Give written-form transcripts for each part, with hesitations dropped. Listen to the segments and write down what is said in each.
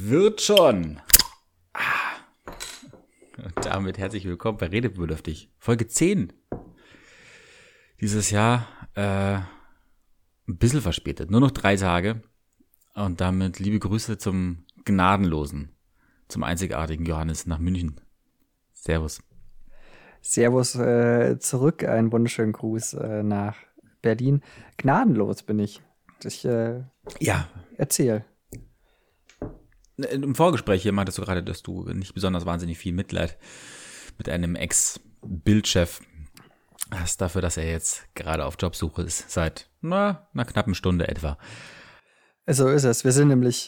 Wird schon. Und damit herzlich willkommen bei Redebedürftig. Folge 10. Dieses Jahr ein bisschen verspätet. Nur noch 3 Tage. Und damit liebe Grüße zum Gnadenlosen, zum einzigartigen Johannes nach München. Servus. Servus zurück. Einen wunderschönen Gruß nach Berlin. Gnadenlos bin ich. Ja. Erzähl. Im Vorgespräch hier meintest du gerade, dass du nicht besonders wahnsinnig viel Mitleid mit einem Ex-Bildchef hast dafür, dass er jetzt gerade auf Jobsuche ist, seit einer knappen Stunde etwa. So ist es. Wir sind nämlich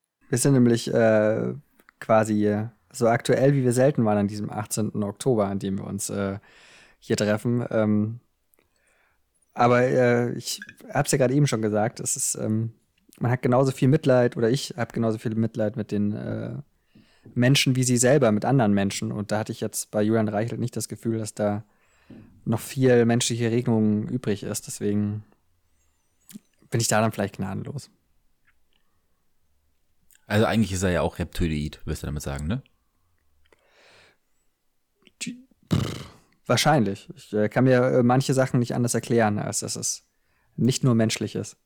quasi so aktuell, wie wir selten waren an diesem 18. Oktober, an dem wir uns hier treffen. Aber ich habe es ja gerade eben schon gesagt, es ist man hat genauso viel Mitleid, oder ich habe genauso viel Mitleid mit den Menschen wie sie selber, mit anderen Menschen. Und da hatte ich jetzt bei Julian Reichelt nicht das Gefühl, dass da noch viel menschliche Regung übrig ist. Deswegen bin ich da dann vielleicht gnadenlos. Also eigentlich ist er ja auch Reptiloid, wirst du damit sagen, ne? Wahrscheinlich. Ich kann mir manche Sachen nicht anders erklären, als dass es nicht nur menschlich ist.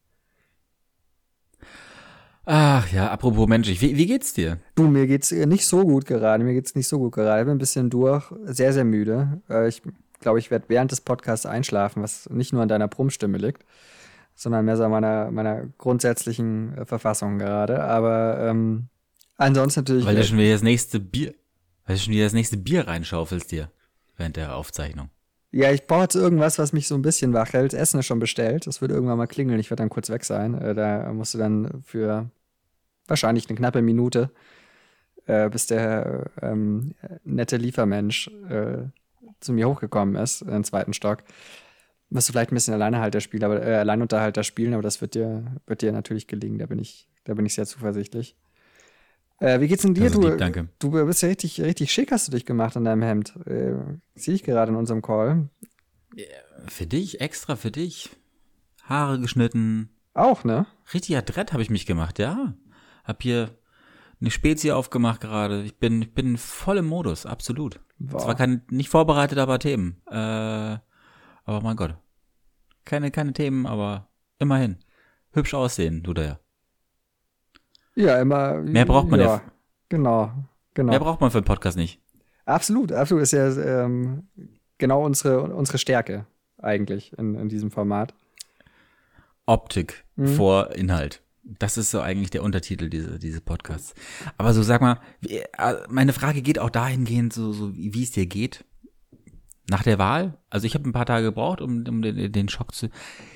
Ach ja, apropos menschlich, wie geht's dir? Du, mir geht's nicht so gut gerade. Ich bin ein bisschen durch, sehr, sehr müde. Ich glaube, ich werde während des Podcasts einschlafen, was nicht nur an deiner Brummstimme liegt, sondern mehr so an meiner grundsätzlichen Verfassung gerade. Aber ansonsten natürlich. Weil du schon wieder das nächste Bier reinschaufelst dir während der Aufzeichnung. Ja, ich brauche jetzt irgendwas, was mich so ein bisschen wach hält. Das Essen ist schon bestellt. Das wird irgendwann mal klingeln. Ich werde dann kurz weg sein. Da musst du dann für wahrscheinlich eine knappe Minute, bis der nette Liefermensch zu mir hochgekommen ist, in den 2. Stock. Wirst du vielleicht ein bisschen Alleinunterhalter spielen, aber das wird dir natürlich gelingen. Da bin ich sehr zuversichtlich. Wie geht's denn dir? Also lieb, danke. Du bist ja richtig, richtig schick, hast du dich gemacht an deinem Hemd. Sehe ich gerade in unserem Call. Für dich, extra für dich. Haare geschnitten. Auch, ne? Richtig adrett habe ich mich gemacht, ja. Hab hier eine Spezie aufgemacht gerade. Ich bin voll im Modus, absolut. Wow. Zwar nicht vorbereitet, aber Themen. Aber mein Gott. Keine Themen, aber immerhin. Hübsch aussehen, du da ja. Ja, immer. Mehr braucht man ja. Genau. Mehr braucht man für einen Podcast nicht. Absolut. Ist ja genau unsere Stärke eigentlich in diesem Format. Optik vor Inhalt. Das ist so eigentlich der Untertitel dieses Podcasts. Aber so, sag mal, meine Frage geht auch dahingehend, so wie es dir geht. Nach der Wahl. Also ich habe ein paar Tage gebraucht, um den Schock zu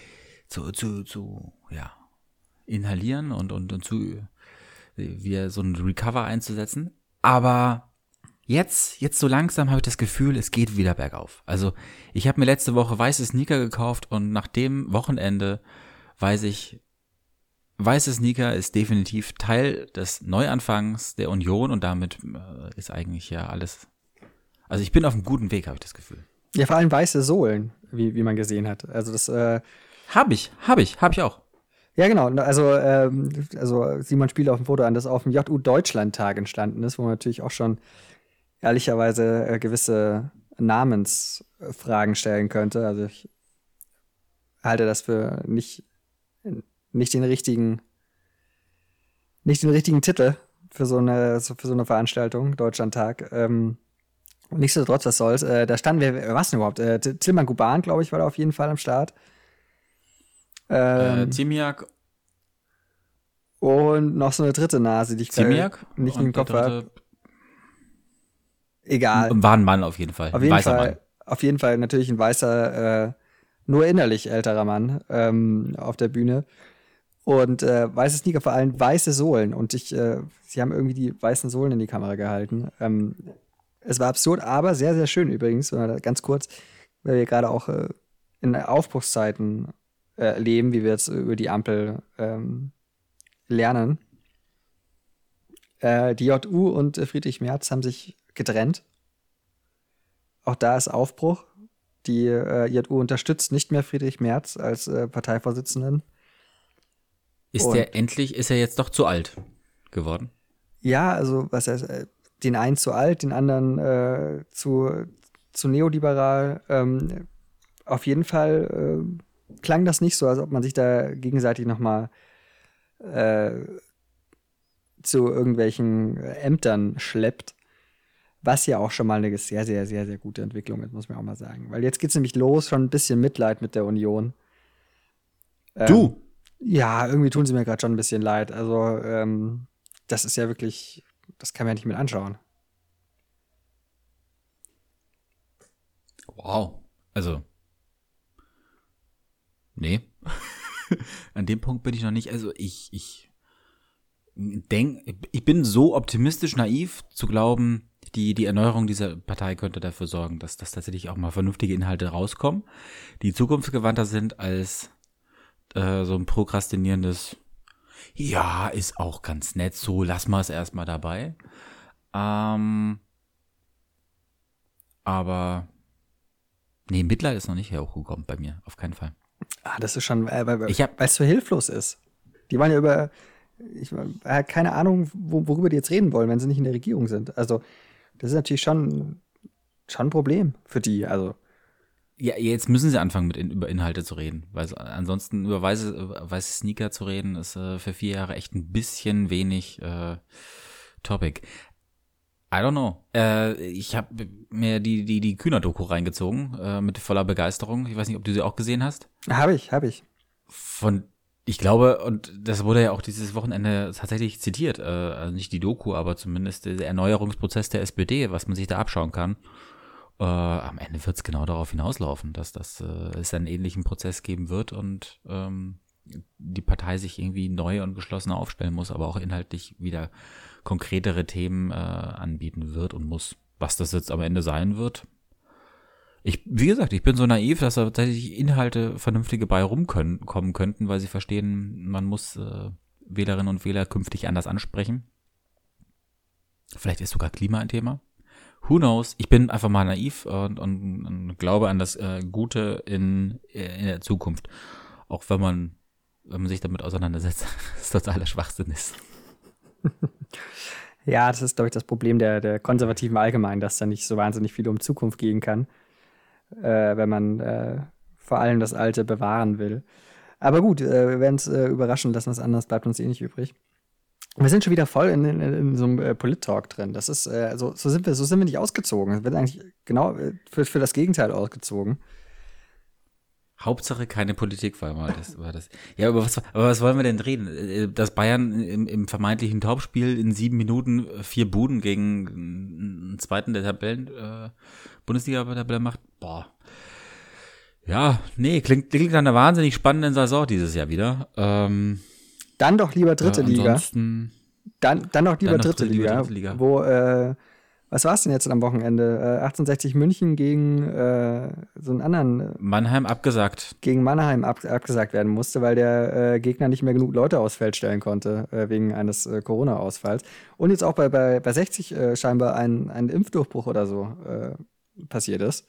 inhalieren und zu wieder so ein Recover einzusetzen. Aber jetzt so langsam habe ich das Gefühl, es geht wieder bergauf. Also ich habe mir letzte Woche weiße Sneaker gekauft und nach dem Wochenende weiß ich, weiße Sneaker ist definitiv Teil des Neuanfangs der Union und damit ist eigentlich ja alles. Also ich bin auf einem guten Weg, habe ich das Gefühl. Ja, vor allem weiße Sohlen, wie man gesehen hat. Also das Hab ich auch. Ja, genau. Also Simon spielt auf dem Foto an, das auf dem JU-Deutschland-Tag entstanden ist, wo man natürlich auch schon ehrlicherweise gewisse Namensfragen stellen könnte. Also ich halte das für nicht den richtigen Titel für so eine Veranstaltung, Deutschlandtag. Nichtsdestotrotz, was soll's. Da standen wir, was denn überhaupt? Tilman Kuban, glaube ich, war da auf jeden Fall am Start. Ziemiak. Und noch so eine dritte Nase, die ich nicht im Kopf habe. Egal. War ein Mann auf jeden Fall. Auf jeden Fall natürlich ein weißer, nur innerlich älterer Mann auf der Bühne. Und weiße Sneaker, vor allem weiße Sohlen. Und sie haben irgendwie die weißen Sohlen in die Kamera gehalten. Es war absurd, aber sehr, sehr schön übrigens. Ganz kurz, weil wir gerade auch in Aufbruchszeiten leben, wie wir jetzt über die Ampel lernen. Die JU und Friedrich Merz haben sich getrennt. Auch da ist Aufbruch. Die JU unterstützt nicht mehr Friedrich Merz als Parteivorsitzenden. Ist er jetzt doch zu alt geworden? Ja, also was heißt, den einen zu alt, den anderen zu neoliberal. Auf jeden Fall klang das nicht so, als ob man sich da gegenseitig nochmal zu irgendwelchen Ämtern schleppt. Was ja auch schon mal eine sehr, sehr, sehr, sehr gute Entwicklung ist, muss man auch mal sagen. Weil jetzt geht's nämlich los, schon ein bisschen Mitleid mit der Union. Du! Ja, irgendwie tun sie mir gerade schon ein bisschen leid. Also, das ist ja wirklich, das kann man ja nicht mit anschauen. Wow. Also, nee. An dem Punkt bin ich noch nicht. Also, ich bin so optimistisch naiv zu glauben, die Erneuerung dieser Partei könnte dafür sorgen, dass tatsächlich auch mal vernünftige Inhalte rauskommen, die zukunftsgewandter sind als so ein prokrastinierendes, ja, ist auch ganz nett, so lassen wir es erstmal dabei. Aber nee, Mitleid ist noch nicht hochgekommen bei mir, auf keinen Fall. Das ist schon, weil Ich habe es so hilflos ist. Die waren ja keine Ahnung, worüber die jetzt reden wollen, wenn sie nicht in der Regierung sind. Also, das ist natürlich schon ein Problem für die. Also, Ja, jetzt müssen sie anfangen, über Inhalte zu reden, weil ansonsten über weiße Sneaker zu reden, ist für 4 Jahre echt ein bisschen wenig Topic. I don't know. Ich habe mir die Kühner-Doku reingezogen, mit voller Begeisterung. Ich weiß nicht, ob du sie auch gesehen hast. habe ich. Ich glaube, und das wurde ja auch dieses Wochenende tatsächlich zitiert, also nicht die Doku, aber zumindest der Erneuerungsprozess der SPD, was man sich da abschauen kann. Am Ende wird es genau darauf hinauslaufen, dass es einen ähnlichen Prozess geben wird und die Partei sich irgendwie neu und geschlossener aufstellen muss, aber auch inhaltlich wieder konkretere Themen anbieten wird und muss. Was das jetzt am Ende sein wird. Wie gesagt, ich bin so naiv, dass da tatsächlich Inhalte vernünftige bei rumkommen könnten, weil sie verstehen, man muss Wählerinnen und Wähler künftig anders ansprechen. Vielleicht ist sogar Klima ein Thema. Who knows? Ich bin einfach mal naiv und glaube an das Gute in der Zukunft. Auch wenn man sich damit auseinandersetzt, dass das totaler Schwachsinn ist. Ja, das ist, glaube ich, das Problem der Konservativen allgemein, dass da nicht so wahnsinnig viel um Zukunft gehen kann, wenn man vor allem das Alte bewahren will. Aber gut, wir werden es überraschen lassen, was anderes bleibt uns eh nicht übrig. Wir sind schon wieder voll in so einem Polit-Talk drin. Das ist, so sind wir nicht ausgezogen. Es wird eigentlich genau für das Gegenteil ausgezogen. Hauptsache keine Politik war das. Ja, aber was wollen wir denn reden? Dass Bayern im vermeintlichen Topspiel in 7 Minuten 4 Buden gegen einen zweiten der Tabellen Bundesliga-Tabelle macht? Boah. Ja, nee, klingt nach einer wahnsinnig spannenden Saison dieses Jahr wieder. Dann doch lieber dritte Liga. Dann doch lieber dritte Liga. Liga. Wo, was war es denn jetzt am Wochenende? 1860 München gegen so einen anderen. Mannheim abgesagt. Gegen Mannheim abgesagt werden musste, weil der Gegner nicht mehr genug Leute aufs Feld stellen konnte, wegen eines Corona-Ausfalls. Und jetzt auch bei 60 scheinbar ein Impfdurchbruch oder so passiert ist.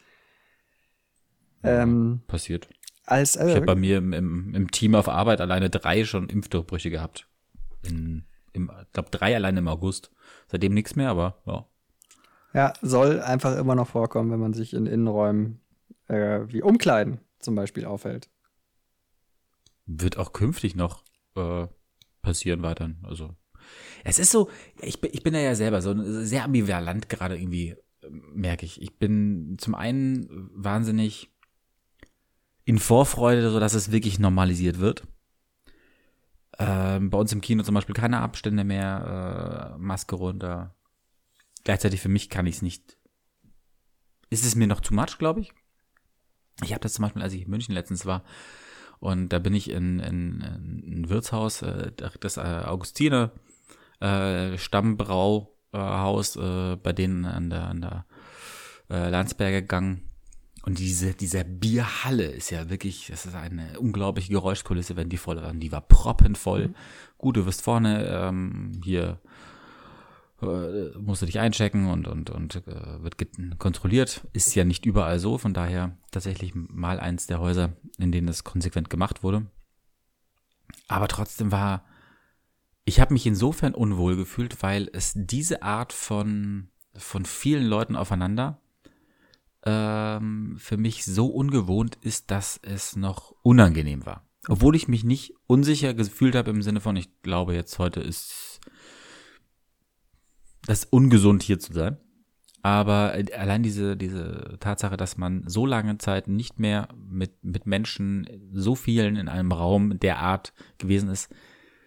Passiert. Ich habe bei mir im Team auf Arbeit alleine 3 schon Impfdurchbrüche gehabt. Ich glaube 3 alleine im August. Seitdem nichts mehr, aber ja. Ja, soll einfach immer noch vorkommen, wenn man sich in Innenräumen wie Umkleiden zum Beispiel aufhält. Wird auch künftig noch passieren weiterhin. Also es ist so, ich bin da ja selber so sehr ambivalent gerade irgendwie, merke ich. Ich bin zum einen wahnsinnig in Vorfreude, so dass es wirklich normalisiert wird. Bei uns im Kino zum Beispiel keine Abstände mehr, Maske runter. Gleichzeitig für mich kann ich es nicht. Ist es mir noch too much, glaube ich. Ich habe das zum Beispiel, als ich in München letztens war, und da bin ich in ein Wirtshaus, das Augustiner Stammbrauhaus, bei denen an der Landsberger gegangen. Und diese Bierhalle ist ja wirklich, das ist eine unglaubliche Geräuschkulisse, wenn die voll waren. Die war proppenvoll. Gut, du wirst vorne hier musst du dich einchecken und wird kontrolliert. Ist ja nicht überall so, von daher tatsächlich mal eins der Häuser, in denen das konsequent gemacht wurde. Aber trotzdem war ich habe mich insofern unwohl gefühlt, weil es diese Art von vielen Leuten aufeinander für mich so ungewohnt ist, dass es noch unangenehm war. Obwohl ich mich nicht unsicher gefühlt habe im Sinne von, ich glaube jetzt heute ist das ungesund hier zu sein. Aber allein diese Tatsache, dass man so lange Zeit nicht mehr mit Menschen, so vielen in einem Raum der Art gewesen ist,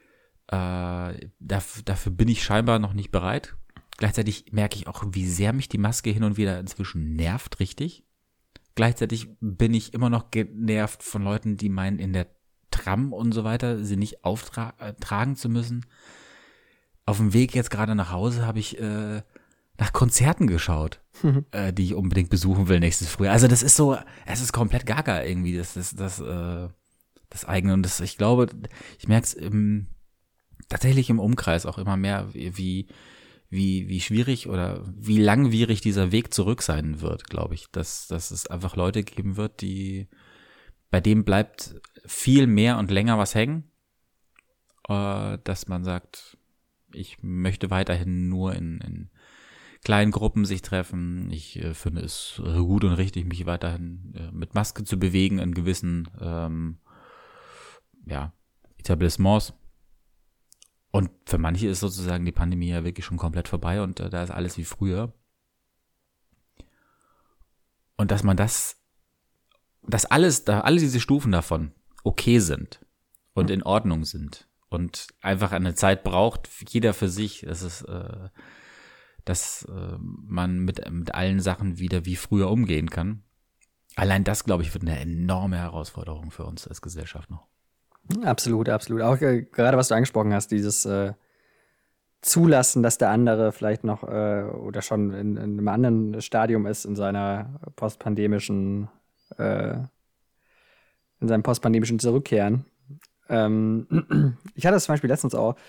dafür bin ich scheinbar noch nicht bereit. Gleichzeitig merke ich auch, wie sehr mich die Maske hin und wieder inzwischen nervt, richtig. Gleichzeitig bin ich immer noch genervt von Leuten, die meinen, in der Tram und so weiter sie nicht tragen zu müssen. Auf dem Weg jetzt gerade nach Hause habe ich nach Konzerten geschaut, die ich unbedingt besuchen will nächstes Frühjahr. Also das ist so, es ist komplett gaga irgendwie, das eigene. Und das, ich glaube, ich merke es tatsächlich im Umkreis auch immer mehr, wie schwierig oder wie langwierig dieser Weg zurück sein wird, glaube ich. Dass es einfach Leute geben wird, bei denen bleibt viel mehr und länger was hängen, dass man sagt, ich möchte weiterhin nur in kleinen Gruppen sich treffen. Ich finde es gut und richtig, mich weiterhin mit Maske zu bewegen in gewissen Etablissements. Und für manche ist sozusagen die Pandemie ja wirklich schon komplett vorbei und da ist alles wie früher. Und dass man dass alle diese Stufen davon okay sind und in Ordnung sind und einfach eine Zeit braucht, jeder für sich, dass man mit allen Sachen wieder wie früher umgehen kann. Allein das, glaube ich, wird eine enorme Herausforderung für uns als Gesellschaft noch. Absolut, absolut. Auch gerade was du angesprochen hast, dieses Zulassen, dass der andere vielleicht noch oder schon in einem anderen Stadium ist in seiner in seinem postpandemischen Zurückkehren. Ich hatte das zum Beispiel letztens auch.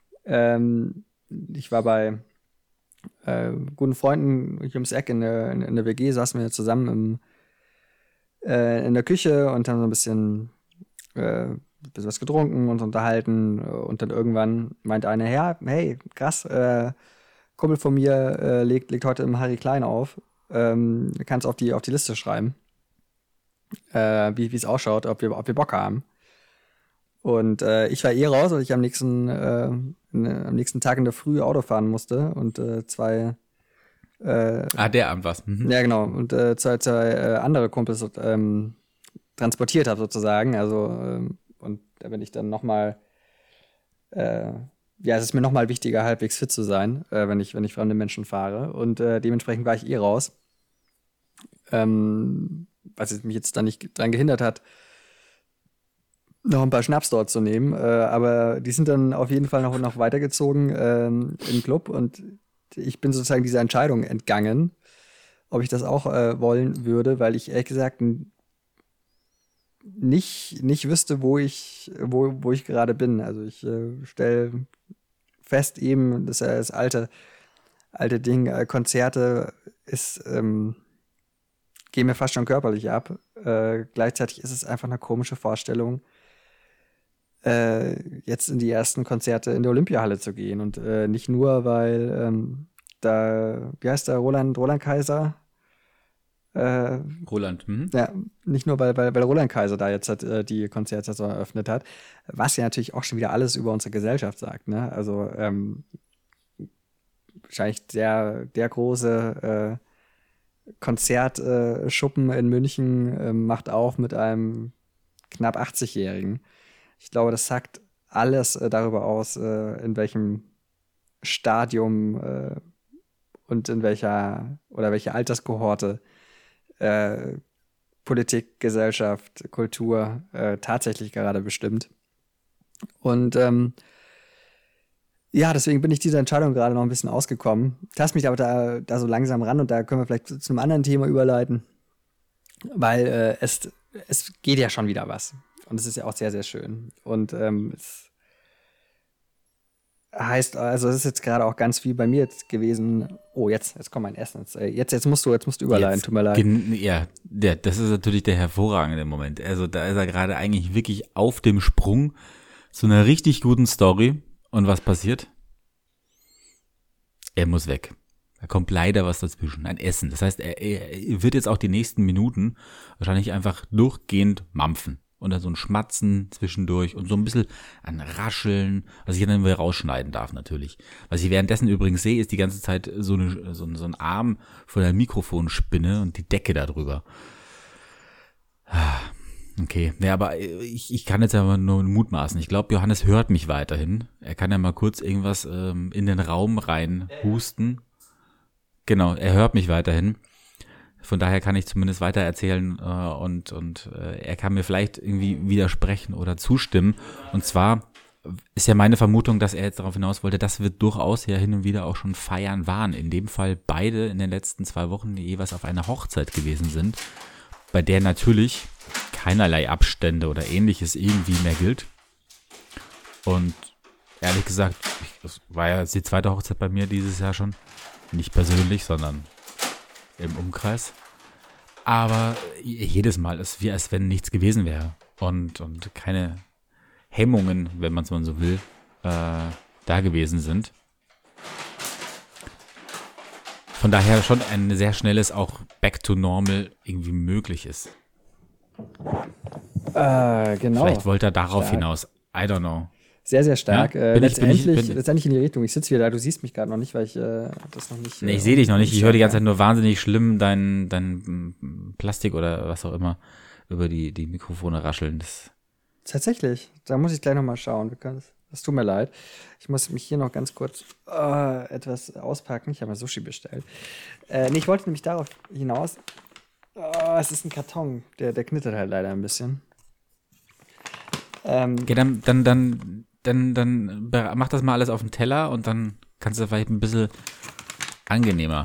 Ich war bei guten Freunden hier ums Eck in der WG, saßen wir zusammen in der Küche und haben so ein bisschen was getrunken und unterhalten und dann irgendwann meinte einer, ja, hey, krass, Kumpel von mir legt heute im Harry Klein auf, kannst auf die Liste schreiben, wie es ausschaut, ob wir Bock haben. Und ich war raus, weil ich am nächsten Tag in der Früh Auto fahren musste und der Abend war's. Mhm. Ja, genau. Und zwei andere Kumpels transportiert habe sozusagen. Also und da bin ich dann nochmal es ist mir nochmal wichtiger, halbwegs fit zu sein, wenn ich fremde Menschen fahre. Und dementsprechend war ich raus. Was mich jetzt dann nicht dran gehindert hat, noch ein paar Schnaps dort zu nehmen. Aber die sind dann auf jeden Fall noch weitergezogen im Club. Und ich bin sozusagen dieser Entscheidung entgangen, ob ich das auch wollen würde, weil ich ehrlich gesagt nicht wüsste, wo ich gerade bin. Also ich stelle fest eben, dass das alte Ding, Konzerte gehen mir fast schon körperlich ab. Gleichzeitig ist es einfach eine komische Vorstellung, jetzt in die ersten Konzerte in der Olympiahalle zu gehen. Und nicht nur, weil wie heißt der, Roland Kaiser? Roland. Ja, nicht nur, weil Roland Kaiser da jetzt die Konzertsaison eröffnet hat, was ja natürlich auch schon wieder alles über unsere Gesellschaft sagt, ne? Also wahrscheinlich der große Konzertschuppen in München macht auf mit einem knapp 80-Jährigen. Ich glaube, das sagt alles darüber aus, in welchem Stadium und in welche Alterskohorte Politik, Gesellschaft, Kultur tatsächlich gerade bestimmt. Und deswegen bin ich dieser Entscheidung gerade noch ein bisschen ausgekommen. Tast mich aber da so langsam ran und da können wir vielleicht zu einem anderen Thema überleiten, weil es geht ja schon wieder was. Und es ist ja auch sehr, sehr schön. Und es heißt, also es ist jetzt gerade auch ganz viel bei mir jetzt gewesen. Oh, jetzt kommt mein Essen. Jetzt musst du überleiten, tut mir leid. Das ist natürlich der hervorragende Moment. Also da ist er gerade eigentlich wirklich auf dem Sprung zu einer richtig guten Story. Und was passiert? Er muss weg. Da kommt leider was dazwischen, ein Essen. Das heißt, er wird jetzt auch die nächsten Minuten wahrscheinlich einfach durchgehend mampfen. Und dann so ein Schmatzen zwischendurch und so ein bisschen ein Rascheln, was ich dann wieder rausschneiden darf natürlich. Was ich währenddessen übrigens sehe, ist die ganze Zeit so ein Arm von der Mikrofonspinne und die Decke da drüber. Okay, ja, aber ich kann jetzt aber nur mutmaßen. Ich glaube, Johannes hört mich weiterhin. Er kann ja mal kurz irgendwas in den Raum rein husten. Genau, er hört mich weiterhin. Von daher kann ich zumindest weiter erzählen und er kann mir vielleicht irgendwie widersprechen oder zustimmen. Und zwar ist ja meine Vermutung, dass er jetzt darauf hinaus wollte, dass wir durchaus ja hin und wieder auch schon feiern waren. In dem Fall beide in den letzten 2 Wochen jeweils auf einer Hochzeit gewesen sind, bei der natürlich keinerlei Abstände oder ähnliches irgendwie mehr gilt. Und ehrlich gesagt, das war ja jetzt die 2. Hochzeit bei mir dieses Jahr schon. Nicht persönlich, sondern im Umkreis. Aber jedes Mal ist wie, als wenn nichts gewesen wäre. Und keine Hemmungen, wenn man es mal so will, da gewesen sind. Von daher schon ein sehr schnelles auch Back to Normal irgendwie möglich ist. Genau. Vielleicht wollte er darauf hinaus. I don't know. Sehr, sehr stark. Ja? Letztendlich in die Richtung. Ich sitze wieder da, du siehst mich gerade noch nicht, weil ich das noch nicht. Nee, ich sehe dich noch nicht. Ich höre die ganze Zeit nur wahnsinnig schlimm dein Plastik oder was auch immer über die Mikrofone rascheln. Tatsächlich. Da muss ich gleich nochmal schauen. Das tut mir leid. Ich muss mich hier noch ganz kurz etwas auspacken. Ich habe mal Sushi bestellt. Ich wollte nämlich darauf hinaus. Es ist ein Karton. Der knittert halt leider ein bisschen. Okay, dann mach das mal alles auf den Teller und dann kannst du vielleicht ein bisschen angenehmer.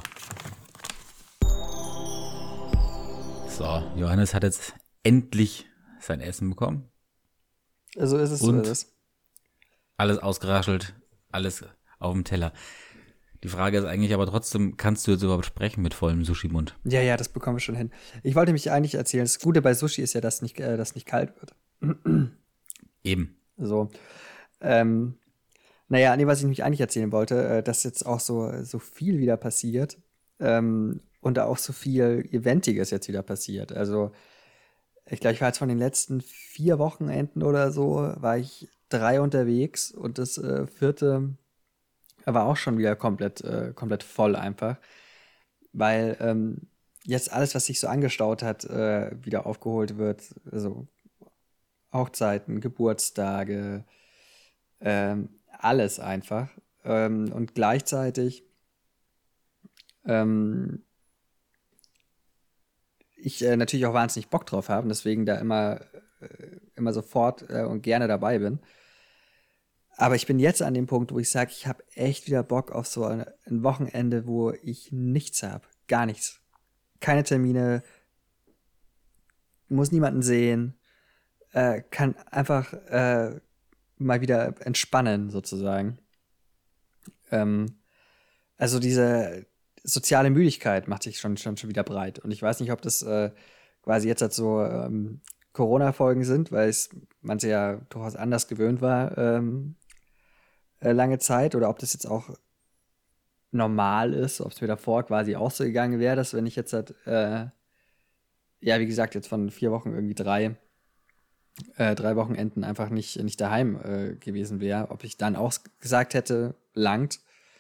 So, Johannes hat jetzt endlich sein Essen bekommen. So ist es, und so ist es. Alles ausgeraschelt, alles auf dem Teller. Die Frage ist eigentlich aber trotzdem, kannst du jetzt überhaupt sprechen mit vollem Sushi-Mund? Ja, das bekommen wir schon hin. Ich wollte mich eigentlich erzählen, das Gute bei Sushi ist ja, dass nicht kalt wird. Eben. So. Was ich nämlich eigentlich erzählen wollte, dass jetzt auch so viel wieder passiert und da auch so viel Eventiges jetzt wieder passiert. Also, ich glaube, ich war jetzt von den letzten 4 Wochenenden oder so, war ich 3 unterwegs und das 4. war auch schon wieder komplett voll einfach, weil jetzt alles, was sich so angestaut hat, wieder aufgeholt wird. Also Hochzeiten, Geburtstage, alles einfach. Und gleichzeitig ich natürlich auch wahnsinnig Bock drauf habe und deswegen da immer sofort und gerne dabei bin. Aber ich bin jetzt an dem Punkt, wo ich sage, ich habe echt wieder Bock auf so ein Wochenende, wo ich nichts habe. Gar nichts. Keine Termine, muss niemanden sehen, kann einfach mal wieder entspannen, sozusagen. Also diese soziale Müdigkeit macht sich schon wieder breit. Und ich weiß nicht, ob das quasi jetzt halt so Corona-Folgen sind, weil man es ja durchaus anders gewöhnt war lange Zeit, oder ob das jetzt auch normal ist, ob es mir davor quasi auch so gegangen wäre, dass wenn ich jetzt halt, wie gesagt, jetzt von 4 Wochen irgendwie 3 Wochenenden einfach nicht daheim gewesen wäre, ob ich dann auch gesagt hätte, langt.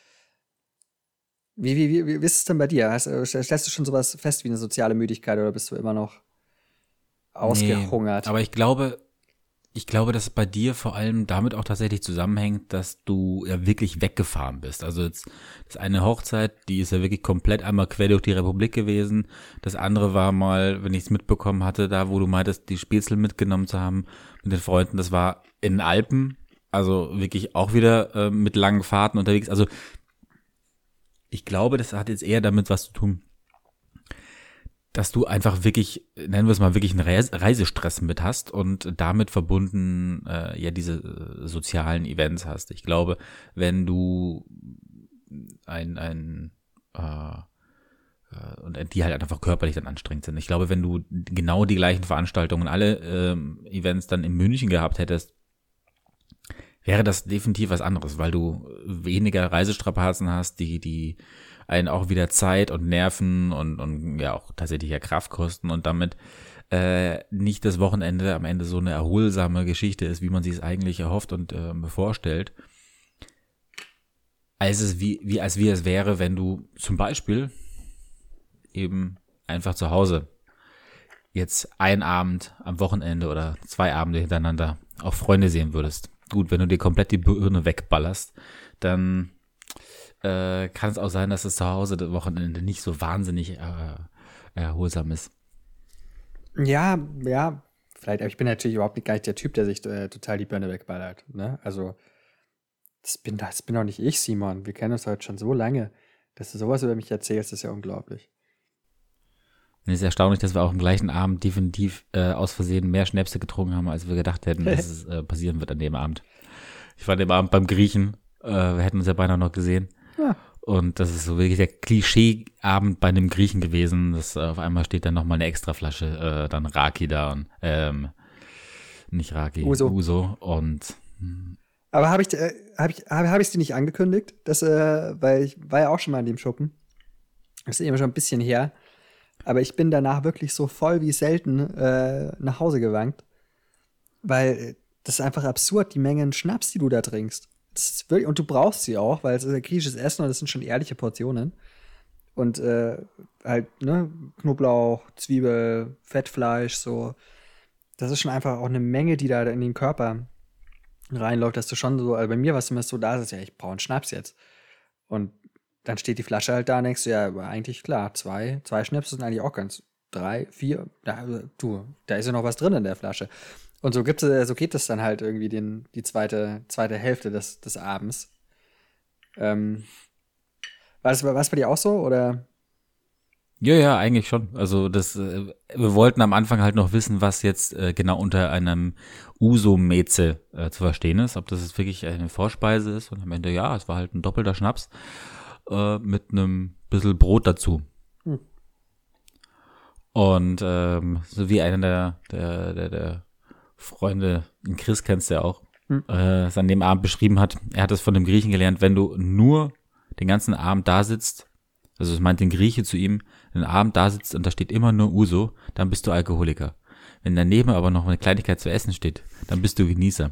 Wie ist es denn bei dir? Stellst du schon sowas fest wie eine soziale Müdigkeit oder bist du immer noch ausgehungert? Nee, aber ich glaube, dass es bei dir vor allem damit auch tatsächlich zusammenhängt, dass du ja wirklich weggefahren bist. Also jetzt, das eine Hochzeit, die ist ja wirklich komplett einmal quer durch die Republik gewesen. Das andere war mal, wenn ich es mitbekommen hatte, da wo du meintest, die Spätzle mitgenommen zu haben mit den Freunden, das war in den Alpen. Also wirklich auch wieder mit langen Fahrten unterwegs. Also ich glaube, das hat jetzt eher damit was zu tun, dass du einfach wirklich, nennen wir es mal, wirklich einen Reisestress mit hast und damit verbunden diese sozialen Events hast. Ich glaube, wenn du und die halt einfach körperlich dann anstrengend sind. Ich glaube, wenn du genau die gleichen Veranstaltungen, alle Events dann in München gehabt hättest, wäre das definitiv was anderes, weil du weniger Reisestrapazen hast, die einen auch wieder Zeit und Nerven und ja auch tatsächlich ja Kraft kosten und damit nicht das Wochenende am Ende so eine erholsame Geschichte ist, wie man sich es eigentlich erhofft und vorstellt, als es wäre, wenn du zum Beispiel eben einfach zu Hause jetzt einen Abend am Wochenende oder 2 Abende hintereinander auch Freunde sehen würdest. Gut, wenn du dir komplett die Birne wegballerst, dann kann es auch sein, dass das zu Hause das Wochenende nicht so wahnsinnig erholsam ist. Ja, vielleicht, aber ich bin natürlich überhaupt gar nicht der Typ, der sich total die Birne wegballert. Ne? Also, das bin doch nicht ich, Simon. Wir kennen uns heute schon so lange. Dass du sowas über mich erzählst, ist ja unglaublich. Es ist erstaunlich, dass wir auch am gleichen Abend definitiv aus Versehen mehr Schnäpse getrunken haben, als wir gedacht hätten, dass es passieren wird an dem Abend. Ich war an dem Abend beim Griechen. Wir hätten uns ja beinahe noch gesehen. Ja. Und das ist so wirklich der Klischee-Abend bei einem Griechen gewesen. Das auf einmal steht dann nochmal eine extra Flasche, dann Raki da und nicht Raki, Uso. Und aber habe ich es dir nicht angekündigt? Weil ich war ja auch schon mal in dem Schuppen. Das ist eben schon ein bisschen her. Aber ich bin danach wirklich so voll wie selten nach Hause gewankt. Weil das ist einfach absurd, die Mengen Schnaps, die du da trinkst. Und du brauchst sie auch, weil es ist ja griechisches Essen und das sind schon ehrliche Portionen. Und halt, ne, Knoblauch, Zwiebel, Fettfleisch, so. Das ist schon einfach auch eine Menge, die da in den Körper reinläuft, dass du schon so, also bei mir war es immer so, da ist es ja, ich brauche einen Schnaps jetzt. Und dann steht die Flasche halt da und denkst du, ja, aber eigentlich klar, zwei Schnäpse sind eigentlich auch ganz, 3, 4, da ist ja noch was drin in der Flasche. Und so geht es dann halt irgendwie die zweite Hälfte des Abends. War das bei dir auch so, oder? Ja, eigentlich schon. Also wir wollten am Anfang halt noch wissen, was jetzt genau unter einem Uso-Meze zu verstehen ist. Ob das jetzt wirklich eine Vorspeise ist. Und am Ende, ja, es war halt ein doppelter Schnaps mit einem bisschen Brot dazu. Und so wie einer der Freunde, den Chris kennst du ja auch, es an dem Abend beschrieben hat, er hat es von dem Griechen gelernt, wenn du nur den ganzen Abend da sitzt, also es meint den Grieche zu ihm, den Abend da sitzt und da steht immer nur Uso, dann bist du Alkoholiker. Wenn daneben aber noch eine Kleinigkeit zu essen steht, dann bist du Genießer.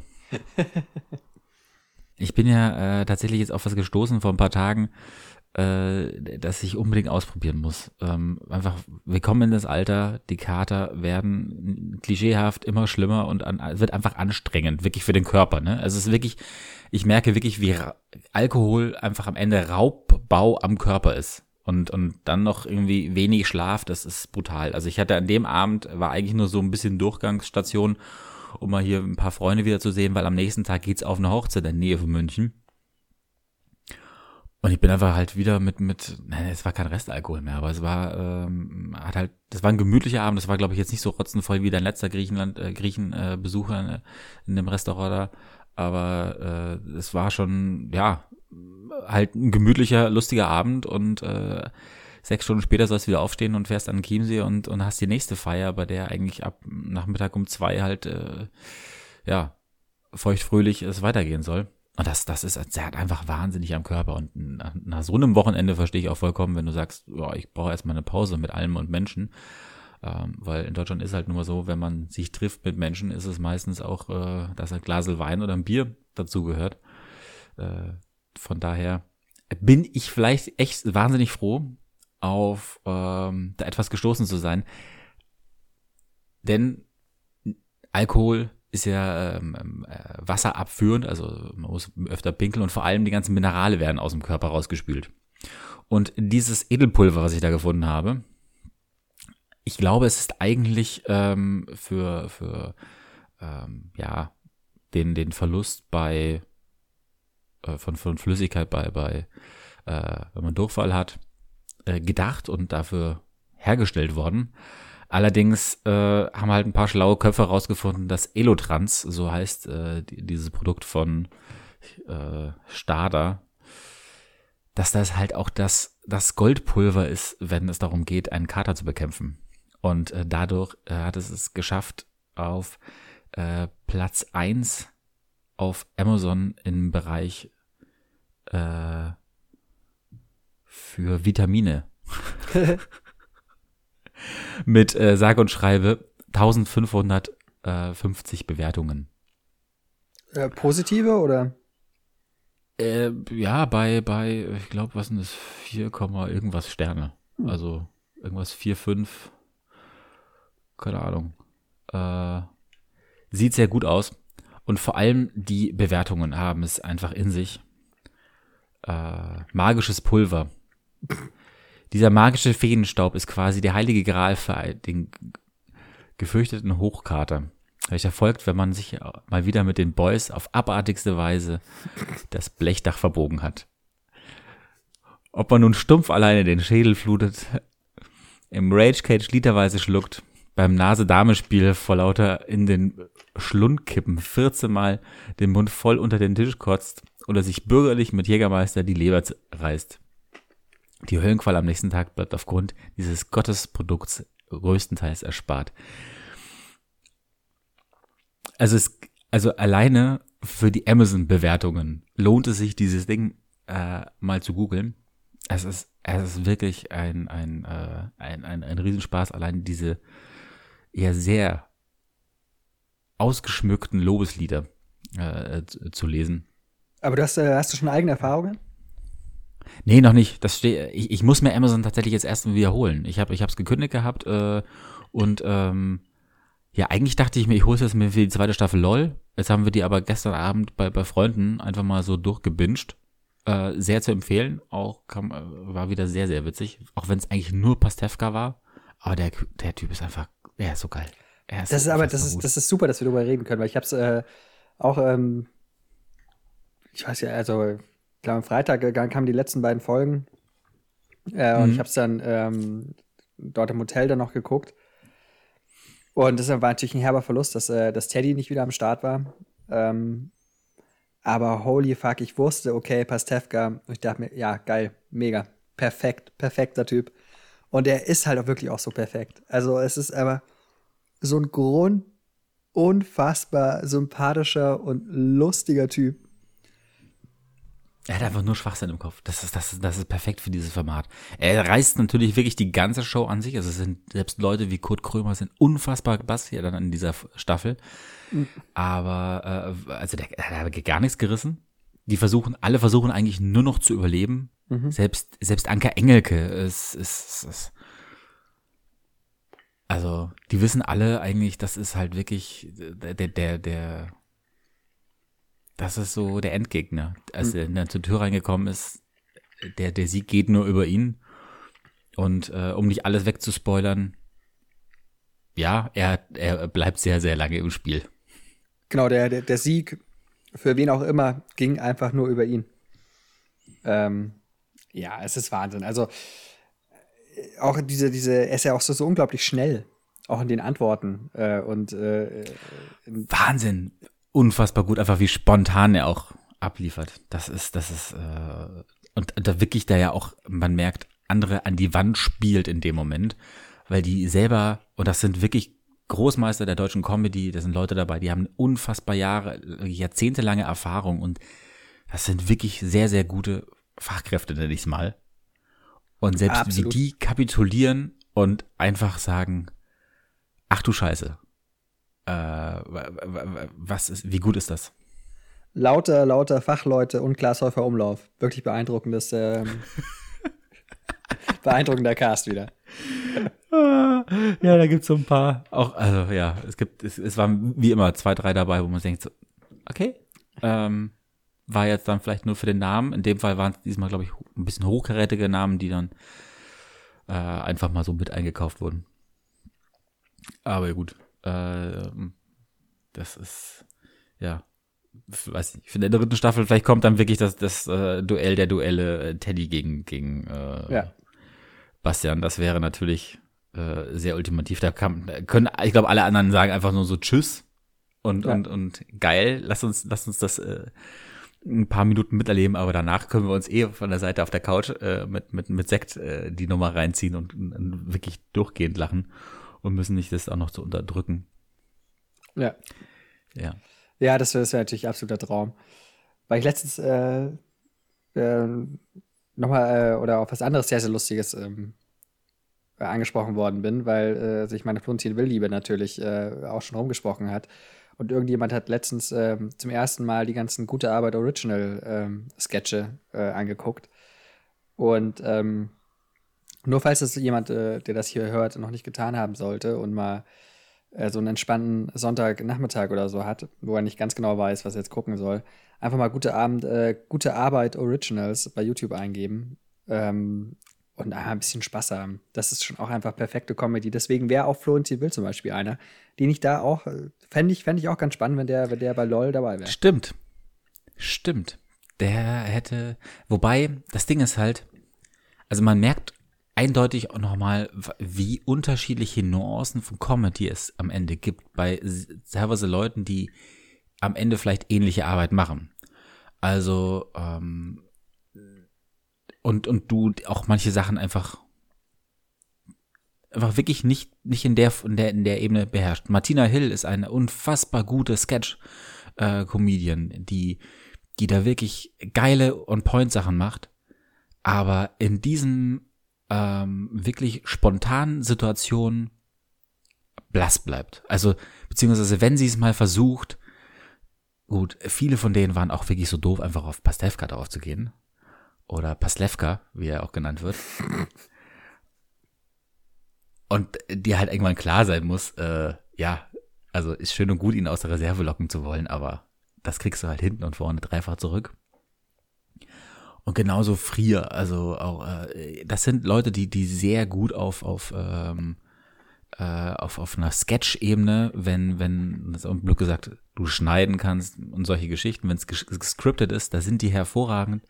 Ich bin ja tatsächlich jetzt auf was gestoßen vor ein paar Tagen, dass ich unbedingt ausprobieren muss. Einfach, wir kommen in das Alter, die Kater werden klischeehaft immer schlimmer und es wird einfach anstrengend, wirklich für den Körper. Ne? Also es ist wirklich, ich merke wirklich, wie Alkohol einfach am Ende Raubbau am Körper ist. Und dann noch irgendwie wenig Schlaf, das ist brutal. Also ich hatte an dem Abend, war eigentlich nur so ein bisschen Durchgangsstation, um mal hier ein paar Freunde wieder zu sehen, weil am nächsten Tag geht's auf eine Hochzeit in der Nähe von München. Und ich bin einfach halt wieder nein, es war kein Restalkohol mehr, aber es war, das war ein gemütlicher Abend, das war, glaube ich, jetzt nicht so rotzenvoll wie dein letzter Griechenbesuch in dem Restaurant da, aber es war schon, ja, halt ein gemütlicher, lustiger Abend und 6 Stunden später sollst du wieder aufstehen und fährst an den Chiemsee und hast die nächste Feier, bei der eigentlich ab Nachmittag um 2 halt, feuchtfröhlich es weitergehen soll. Und das hat einfach wahnsinnig am Körper. Und nach so einem Wochenende verstehe ich auch vollkommen, wenn du sagst, ja, ich brauche erstmal eine Pause mit allem und Menschen. Weil in Deutschland ist halt nur so, wenn man sich trifft mit Menschen, ist es meistens auch, dass ein Glas Wein oder ein Bier dazugehört. Von daher bin ich vielleicht echt wahnsinnig froh, auf da etwas gestoßen zu sein. Denn Alkohol ist ja Wasser abführend, also man muss öfter pinkeln und vor allem die ganzen Minerale werden aus dem Körper rausgespült. Und dieses Edelpulver, was ich da gefunden habe, ich glaube, es ist eigentlich für den Verlust von Flüssigkeit bei wenn man Durchfall hat, gedacht und dafür hergestellt worden. Allerdings haben halt ein paar schlaue Köpfe rausgefunden, dass Elotrans, so heißt dieses Produkt von Stada, dass das halt auch das Goldpulver ist, wenn es darum geht, einen Kater zu bekämpfen. Und dadurch hat es geschafft, auf Platz 1 auf Amazon im Bereich für Vitamine. Mit sage und schreibe 1550 Bewertungen. Positive oder? Ja, bei, ich glaube, was sind das? 4, irgendwas Sterne. Also irgendwas 4, 5. Keine Ahnung. Sieht sehr gut aus. Und vor allem die Bewertungen haben es einfach in sich. Magisches Pulver. Dieser magische Feenstaub ist quasi der heilige Gral für den gefürchteten Hochkater, welcher folgt, wenn man sich mal wieder mit den Boys auf abartigste Weise das Blechdach verbogen hat. Ob man nun stumpf alleine den Schädel flutet, im Rage Cage literweise schluckt, beim Nase-Dame-Spiel vor lauter in den Schlund kippen 14 Mal den Mund voll unter den Tisch kotzt oder sich bürgerlich mit Jägermeister die Leber reißt. Die Höllenqual am nächsten Tag bleibt aufgrund dieses Gottesprodukts größtenteils erspart. Also alleine für die Amazon-Bewertungen lohnt es sich, dieses Ding mal zu googeln. Es ist wirklich ein Riesenspaß, allein diese eher sehr ausgeschmückten Lobeslieder zu lesen. Aber hast du schon eigene Erfahrungen? Nee, noch nicht. Ich muss mir Amazon tatsächlich jetzt erst mal wiederholen. Ich hab's gekündigt gehabt und ja, eigentlich dachte ich mir, ich hole es jetzt mir für die zweite Staffel LOL. Jetzt haben wir die aber gestern Abend bei Freunden einfach mal so durchgebinged. Sehr zu empfehlen. War wieder sehr, sehr witzig. Auch wenn es eigentlich nur Pastewka war. Aber der Typ ist einfach, er ist so geil. Das ist super, dass wir darüber reden können, weil ich hab's auch, ich weiß ja, also, ich glaube, am Freitag kamen die letzten beiden Folgen. Und ich hab's dann dort im Hotel dann noch geguckt. Und das war natürlich ein herber Verlust, dass Teddy nicht wieder am Start war. Aber holy fuck, ich wusste, okay, Pastewka. Und ich dachte mir, ja, geil, mega, perfekter Typ. Und er ist halt auch wirklich auch so perfekt. Also es ist aber so ein unfassbar sympathischer und lustiger Typ. Er hat einfach nur Schwachsinn im Kopf. Das ist perfekt für dieses Format. Er reißt natürlich wirklich die ganze Show an sich. Also es sind selbst Leute wie Kurt Krömer sind unfassbar bass hier dann in dieser Staffel. Aber also der hat gar nichts gerissen. Alle versuchen eigentlich nur noch zu überleben. Selbst Anke Engelke ist also die wissen alle eigentlich, das ist halt wirklich das ist so der Endgegner. Als er dann zur Tür reingekommen ist, der Sieg geht nur über ihn. Und um nicht alles wegzuspoilern, ja, er bleibt sehr, sehr lange im Spiel. Genau, der Sieg, für wen auch immer, ging einfach nur über ihn. Ja, es ist Wahnsinn. Also auch er ist ja auch so unglaublich schnell, auch in den Antworten. Wahnsinn. Unfassbar gut, einfach wie spontan er auch abliefert. Das ist und da wirklich da ja auch, man merkt, andere an die Wand spielt in dem Moment, weil die selber, und das sind wirklich Großmeister der deutschen Comedy, da sind Leute dabei, die haben unfassbar jahrzehntelange Erfahrung und das sind wirklich sehr, sehr gute Fachkräfte, nenne ich es mal. Und selbst wie die kapitulieren und einfach sagen, ach du Scheiße, wie gut ist das? Lauter Fachleute und Klaas Häufer Umlauf. Wirklich beeindruckender Cast wieder. Ja, da gibt's so ein paar. Auch, also ja, es waren wie immer 2, 3 dabei, wo man denkt, so, okay, war jetzt dann vielleicht nur für den Namen. In dem Fall waren es diesmal, glaube ich, ein bisschen hochkarätige Namen, die dann einfach mal so mit eingekauft wurden. Aber gut, das ist, ja, weiß nicht, für in der 3. Staffel vielleicht kommt dann wirklich das Duell der Duelle Teddy gegen Bastian. Das wäre natürlich sehr ultimativ. Da können, ich glaube, alle anderen sagen einfach nur so Tschüss und geil, lass uns das ein paar Minuten miterleben, aber danach können wir uns von der Seite auf der Couch mit Sekt die Nummer reinziehen und wirklich durchgehend lachen und müssen nicht das auch noch zu unterdrücken. Ja. Ja. Ja, das wär natürlich absoluter Traum. Weil ich letztens nochmal oder auf was anderes sehr, sehr Lustiges angesprochen worden bin, weil sich meine Florentin Will-Liebe natürlich auch schon rumgesprochen hat. Und irgendjemand hat letztens zum ersten Mal die ganzen Gute Arbeit Original Sketche angeguckt. Und nur falls es jemand, der das hier hört, noch nicht getan haben sollte und mal so einen entspannten Sonntagnachmittag oder so hat, wo er nicht ganz genau weiß, was er jetzt gucken soll, einfach mal Gute Arbeit Originals bei YouTube eingeben und einfach ein bisschen Spaß haben. Das ist schon auch einfach perfekte Comedy. Deswegen wäre auch Florentin Will zum Beispiel einer, den ich da auch, fänd ich auch ganz spannend, wenn der bei LOL dabei wäre. Stimmt. Der hätte, wobei, das Ding ist halt, also man merkt eindeutig auch nochmal, wie unterschiedliche Nuancen von Comedy es am Ende gibt bei teilweise Leuten, die am Ende vielleicht ähnliche Arbeit machen. Also, und du auch manche Sachen einfach wirklich nicht in der Ebene beherrscht. Martina Hill ist eine unfassbar gute Sketch-Comedian, die da wirklich geile On-Point-Sachen macht, aber in diesen wirklich spontanen Situationen blass bleibt. Also, beziehungsweise wenn sie es mal versucht, gut, viele von denen waren auch wirklich so doof, einfach auf Pastewka drauf zu gehen. Oder Paslewka, wie er auch genannt wird. Und dir halt irgendwann klar sein muss, ja, also ist schön und gut, ihn aus der Reserve locken zu wollen, aber das kriegst du halt hinten und vorne dreifach zurück. Und genauso Frier, also auch, das sind Leute, die sehr gut auf einer Sketch-Ebene, wenn, das ist blöd gesagt, du schneiden kannst und solche Geschichten, wenn es gescriptet ist, da sind die hervorragend.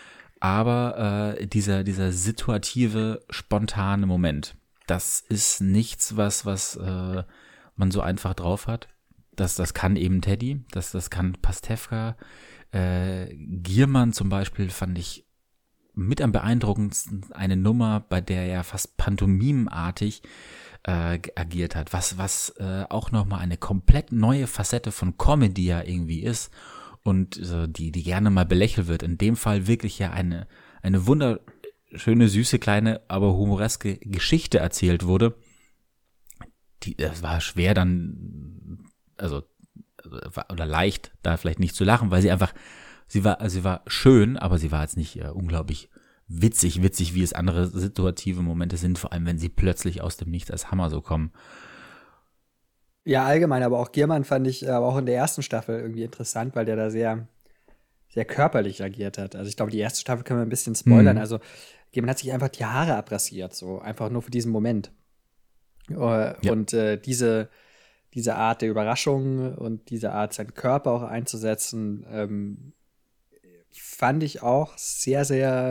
Aber dieser situative, spontane Moment, das ist nichts, was man so einfach drauf hat. Das kann eben Teddy, das kann Pastewka. Giermann zum Beispiel fand ich mit am beeindruckendsten eine Nummer, bei der er fast pantomimenartig agiert hat, was auch nochmal eine komplett neue Facette von Comedy ja irgendwie ist und die gerne mal belächelt wird. In dem Fall wirklich ja eine wunderschöne, süße, kleine, aber humoreske Geschichte erzählt wurde. Das war schwer dann, oder leicht, da vielleicht nicht zu lachen, weil sie war schön, aber sie war jetzt nicht unglaublich witzig, wie es andere situative Momente sind, vor allem wenn sie plötzlich aus dem Nichts als Hammer so kommen. Ja, allgemein, aber auch Giermann fand ich aber auch in der ersten Staffel irgendwie interessant, weil der da sehr, sehr körperlich agiert hat. Also ich glaube, die erste Staffel können wir ein bisschen spoilern. Also Giermann hat sich einfach die Haare abrasiert, so einfach nur für diesen Moment. Und diese Art der Überraschung und diese Art, seinen Körper auch einzusetzen, fand ich auch sehr,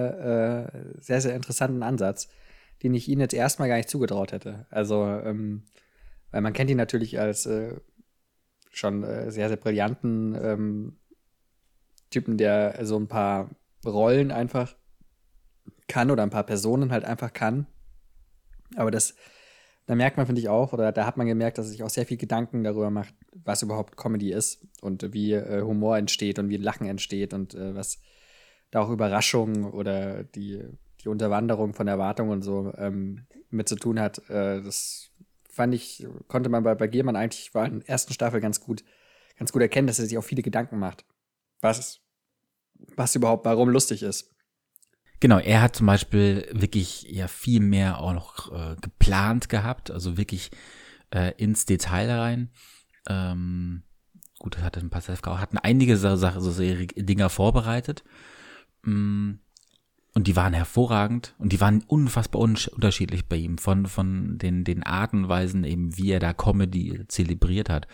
sehr interessanten Ansatz, den ich ihnen jetzt erstmal gar nicht zugetraut hätte. Also, weil man kennt ihn natürlich als schon sehr, sehr brillanten Typen, der so ein paar Rollen einfach kann oder ein paar Personen halt einfach kann. Aber da merkt man, finde ich auch, oder da hat man gemerkt, dass er sich auch sehr viel Gedanken darüber macht, was überhaupt Comedy ist und wie Humor entsteht und wie Lachen entsteht und was da auch Überraschungen oder die Unterwanderung von Erwartungen und so mit zu tun hat. Das fand ich, konnte man bei Giermann eigentlich war in der ersten Staffel ganz gut erkennen, dass er sich auch viele Gedanken macht, was überhaupt, warum lustig ist. Genau, er hat zum Beispiel wirklich ja viel mehr auch noch geplant gehabt, also wirklich ins Detail rein. Gut, das hatte ein paar auch, hatten einige Dinger vorbereitet. Und die waren hervorragend und die waren unfassbar unterschiedlich bei ihm von den Arten und Weisen eben, wie er da Comedy zelebriert hat.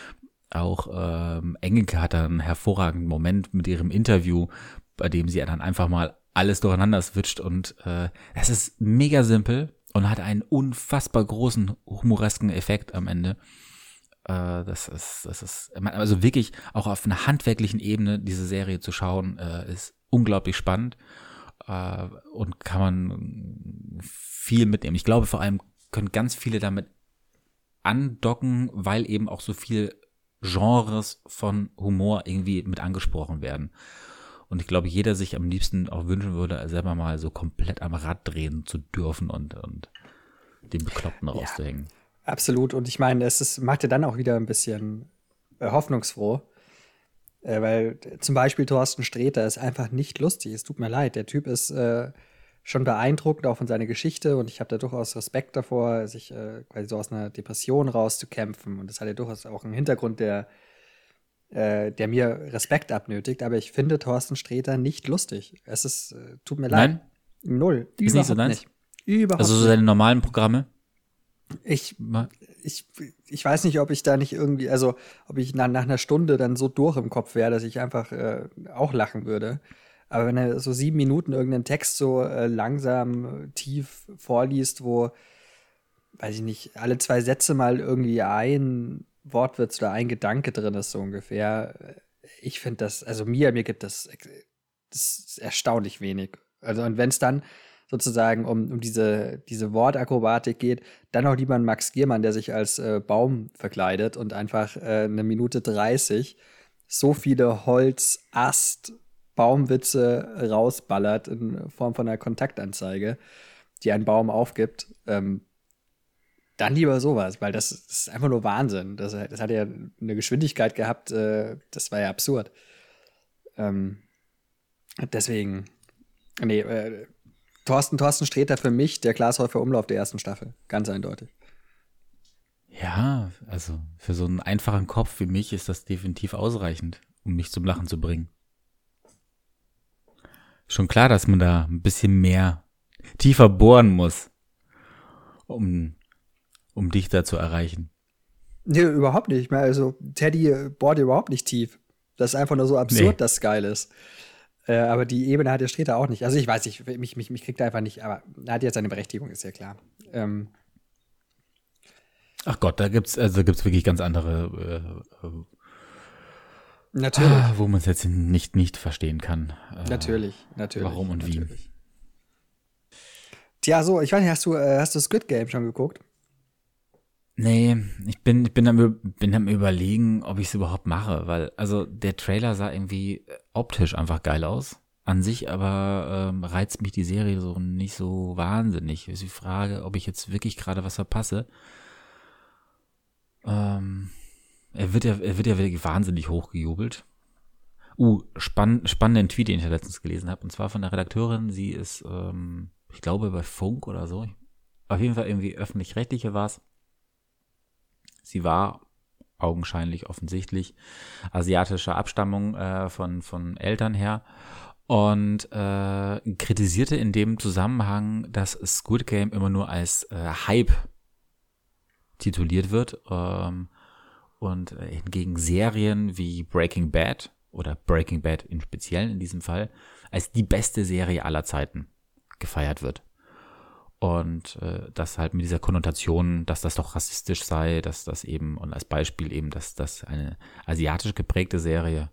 Auch Engelke hat da einen hervorragenden Moment mit ihrem Interview, bei dem sie dann einfach mal alles durcheinander switcht und das ist mega simpel und hat einen unfassbar großen humoresken Effekt am Ende. Das ist, also wirklich auch auf einer handwerklichen Ebene diese Serie zu schauen, ist unglaublich spannend und kann man viel mitnehmen. Ich glaube, vor allem können ganz viele damit andocken, weil eben auch so viel Genres von Humor irgendwie mit angesprochen werden. Und ich glaube, jeder sich am liebsten auch wünschen würde, selber mal so komplett am Rad drehen zu dürfen und den Bekloppten rauszuhängen. Absolut. Und ich meine, macht ja dann auch wieder ein bisschen hoffnungsfroh. Weil zum Beispiel Thorsten Sträter ist einfach nicht lustig. Es tut mir leid. Der Typ ist schon beeindruckend, auch von seiner Geschichte. Und ich habe da durchaus Respekt davor, sich quasi so aus einer Depression rauszukämpfen. Und das hat ja durchaus auch einen Hintergrund, der mir Respekt abnötigt. Aber ich finde Thorsten Sträter nicht lustig. Tut mir leid. Nein? Null. Ist nicht so deins? Nicht. Überhaupt Also so nicht. seine normalen Programme? Ich weiß nicht, ob ich da nicht irgendwie, also ob ich nach einer Stunde dann so durch im Kopf wäre, dass ich einfach auch lachen würde. Aber wenn er so 7 Minuten irgendeinen Text so langsam tief vorliest, wo, weiß ich nicht, alle 2 Sätze mal irgendwie ein Wortwitz oder ein Gedanke drin ist, so ungefähr. Ich finde das, also mir gibt das ist erstaunlich wenig. Also und wenn es dann sozusagen um diese Wortakrobatik geht, dann auch lieber ein Max Giermann, der sich als Baum verkleidet und einfach 1:30 so viele Baumwitze rausballert in Form von einer Kontaktanzeige, die einen Baum aufgibt. Dann lieber sowas, weil das ist einfach nur Wahnsinn. Das hat ja eine Geschwindigkeit gehabt, das war ja absurd. Deswegen, nee, Thorsten Sträter für mich der Glashäufer Umlauf der ersten Staffel. Ganz eindeutig. Ja, also für so einen einfachen Kopf wie mich ist das definitiv ausreichend, um mich zum Lachen zu bringen. Schon klar, dass man da ein bisschen mehr tiefer bohren muss, um dich da zu erreichen. Nee, überhaupt nicht. Ich meine, also Teddy bohrt überhaupt nicht tief. Das ist einfach nur so absurd, dass es geil ist. Aber die Ebene hat der Sträter auch nicht. Also ich weiß nicht, mich kriegt er einfach nicht, aber er hat jetzt seine Berechtigung, ist ja klar. Ach Gott, da gibt's wirklich ganz andere Natürlich. Wo man es jetzt nicht verstehen kann. Natürlich. Warum und wie. Tja, so, ich weiß nicht, hast du Squid Game schon geguckt? Nee, ich bin am Überlegen, ob ich es überhaupt mache, weil, also der Trailer sah irgendwie optisch einfach geil aus. An sich aber reizt mich die Serie so nicht so wahnsinnig. Ist die Frage, ob ich jetzt wirklich gerade was verpasse. Er wird ja wirklich wahnsinnig hochgejubelt. Spannenden Tweet, den ich letztens gelesen habe, und zwar von der Redakteurin. Sie ist, ich glaube, bei Funk oder so. Auf jeden Fall irgendwie öffentlich-rechtliche war es. Sie war augenscheinlich offensichtlich asiatischer Abstammung von Eltern her und kritisierte in dem Zusammenhang, dass Squid Game immer nur als Hype tituliert wird und hingegen Serien wie Breaking Bad oder Breaking Bad im Speziellen in diesem Fall als die beste Serie aller Zeiten gefeiert wird. Und das halt mit dieser Konnotation, dass das doch rassistisch sei, dass das eben, und als Beispiel eben, dass das eine asiatisch geprägte Serie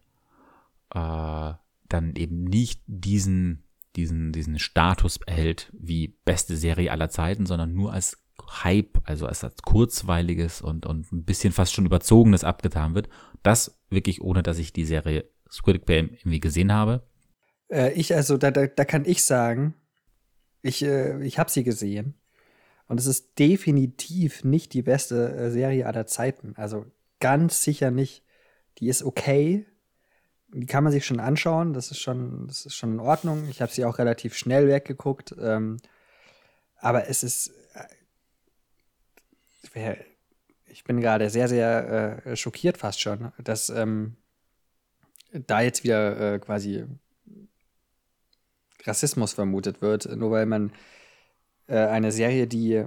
dann eben nicht diesen Status erhält wie beste Serie aller Zeiten, sondern nur als Hype, also als kurzweiliges und ein bisschen fast schon überzogenes abgetan wird. Das wirklich ohne, dass ich die Serie Squid Game irgendwie gesehen habe. Da kann ich sagen, ich habe sie gesehen und es ist definitiv nicht die beste Serie aller Zeiten. Also ganz sicher nicht. Die ist okay, die kann man sich schon anschauen, das ist schon in Ordnung. Ich habe sie auch relativ schnell weggeguckt, aber es ist ich bin gerade sehr, sehr schockiert fast schon, dass da jetzt wieder quasi Rassismus vermutet wird, nur weil man eine Serie, die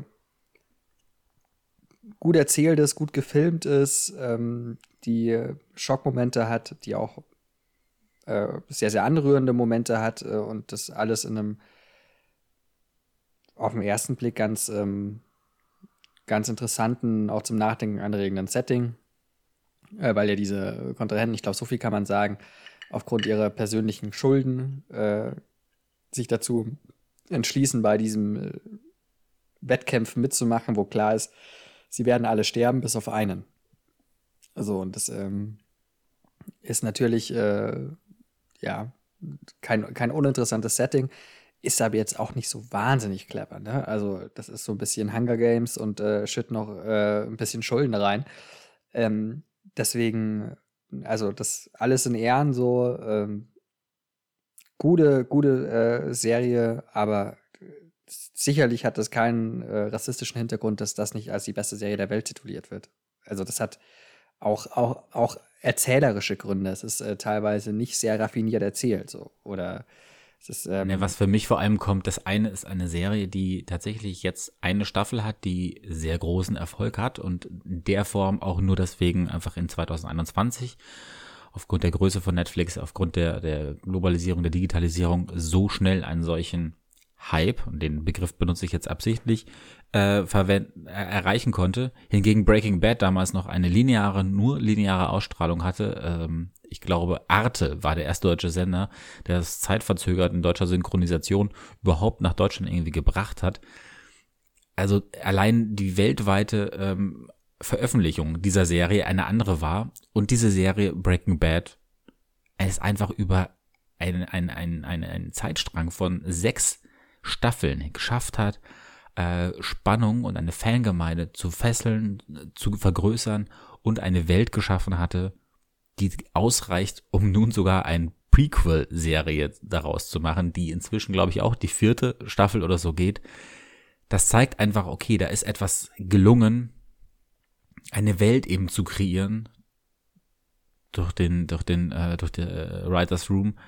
gut erzählt ist, gut gefilmt ist, die Schockmomente hat, die auch sehr, sehr anrührende Momente hat und das alles in einem auf den ersten Blick ganz interessanten, auch zum Nachdenken anregenden Setting, weil ja diese Kontrahenten, ich glaube, so viel kann man sagen, aufgrund ihrer persönlichen Schulden sich dazu entschließen, bei diesem Wettkämpfen mitzumachen, wo klar ist, sie werden alle sterben, bis auf einen. Also, und das ist natürlich, ja, kein uninteressantes Setting, ist aber jetzt auch nicht so wahnsinnig clever, ne? Also, das ist so ein bisschen Hunger Games und schütt noch ein bisschen Schulden rein. Ähm, deswegen, also, das alles in Ehren so, gute Serie, aber sicherlich hat das keinen rassistischen Hintergrund, dass das nicht als die beste Serie der Welt tituliert wird. Also das hat auch erzählerische Gründe. Es ist teilweise nicht sehr raffiniert erzählt, so. Oder es ist, Ne, was für mich vor allem kommt, das eine ist eine Serie, die tatsächlich jetzt eine Staffel hat, die sehr großen Erfolg hat und in der Form auch nur deswegen einfach in 2021 aufgrund der Größe von Netflix, aufgrund der Globalisierung, der Digitalisierung so schnell einen solchen Hype, und den Begriff benutze ich jetzt absichtlich, erreichen konnte. Hingegen Breaking Bad damals noch eine nur lineare Ausstrahlung hatte. Ich glaube, Arte war der erste deutsche Sender, der es zeitverzögert in deutscher Synchronisation überhaupt nach Deutschland irgendwie gebracht hat. Also allein die weltweite Veröffentlichung dieser Serie eine andere war und diese Serie Breaking Bad es einfach über einen Zeitstrang von 6 Staffeln geschafft hat, Spannung und eine Fangemeinde zu fesseln, zu vergrößern und eine Welt geschaffen hatte, die ausreicht, um nun sogar eine Prequel-Serie daraus zu machen, die inzwischen, glaube ich, auch die 4. Staffel oder so geht. Das zeigt einfach, okay, da ist etwas gelungen, eine Welt eben zu kreieren durch den Writers Room,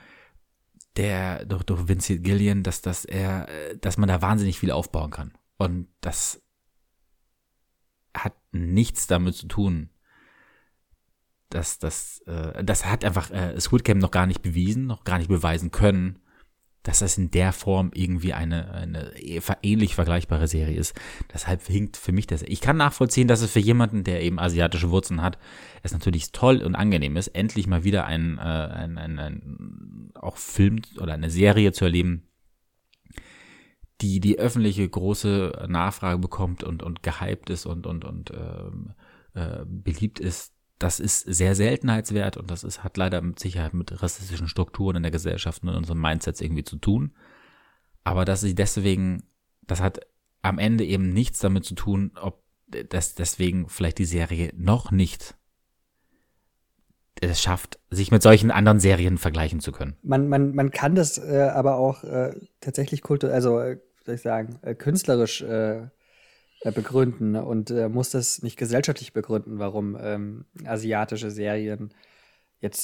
durch Vince Gilligan, dass man da wahnsinnig viel aufbauen kann. Und das hat nichts damit zu tun, das hat einfach Squid Game noch gar nicht bewiesen, noch gar nicht beweisen können, dass das in der Form irgendwie eine ähnlich vergleichbare Serie ist. Deshalb hinkt für mich das. Ich kann nachvollziehen, dass es für jemanden, der eben asiatische Wurzeln hat, es natürlich toll und angenehm ist, endlich mal wieder ein auch Film oder eine Serie zu erleben, die öffentliche große Nachfrage bekommt und gehypt ist und beliebt ist. Das ist sehr seltenheitswert und hat leider mit Sicherheit mit rassistischen Strukturen in der Gesellschaft und in unserem Mindsets irgendwie zu tun. Aber das hat am Ende eben nichts damit zu tun, ob das deswegen vielleicht die Serie noch nicht es schafft, sich mit solchen anderen Serien vergleichen zu können. Man kann das aber auch tatsächlich soll ich sagen, künstlerisch begründen, ne? Und muss das nicht gesellschaftlich begründen, warum asiatische Serien jetzt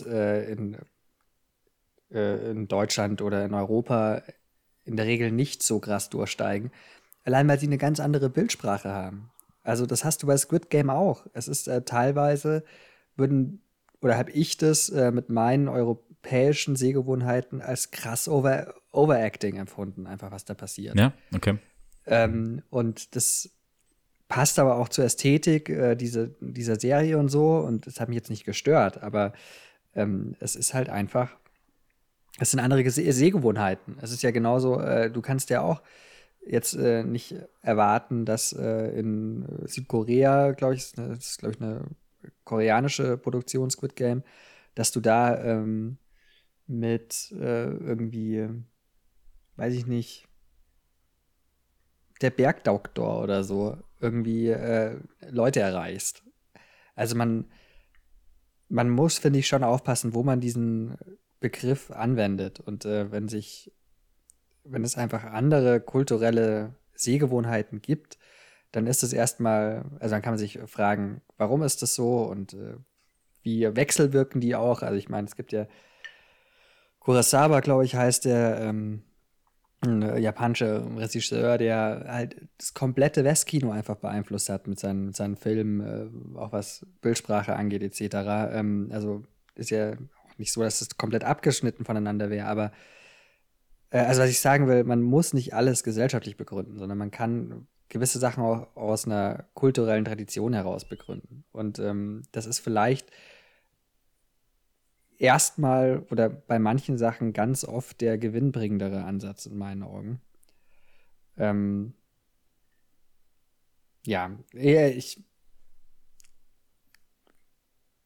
in Deutschland oder in Europa in der Regel nicht so krass durchsteigen. Allein weil sie eine ganz andere Bildsprache haben. Also das hast du bei Squid Game auch. Es ist teilweise habe ich das mit meinen europäischen Sehgewohnheiten als krass Overacting empfunden, einfach was da passiert. Ja, okay. Und das passt aber auch zur Ästhetik dieser Serie und so. Und das hat mich jetzt nicht gestört, aber es ist halt einfach, es sind andere Sehgewohnheiten. Es ist ja genauso, du kannst ja auch jetzt nicht erwarten, dass in Südkorea, glaube ich, das ist, glaube ich, eine koreanische Produktion, Squid Game, dass du da mit irgendwie, weiß ich nicht, der Bergdoktor oder so irgendwie Leute erreichst. Also man muss, finde ich, schon aufpassen, wo man diesen Begriff anwendet. Und wenn es einfach andere kulturelle Sehgewohnheiten gibt, dann ist es erstmal, also dann kann man sich fragen, warum ist das so und wie wechselwirken die auch? Also ich meine, es gibt ja Kurosawa, glaube ich, heißt der, ein japanischer Regisseur, der halt das komplette Westkino einfach beeinflusst hat mit seinen Filmen, auch was Bildsprache angeht, etc. Also ist ja auch nicht so, dass es komplett abgeschnitten voneinander wäre, aber also was ich sagen will, man muss nicht alles gesellschaftlich begründen, sondern man kann gewisse Sachen auch aus einer kulturellen Tradition heraus begründen. Und das ist vielleicht erstmal oder bei manchen Sachen ganz oft der gewinnbringendere Ansatz in meinen Augen. Ähm, ja, ich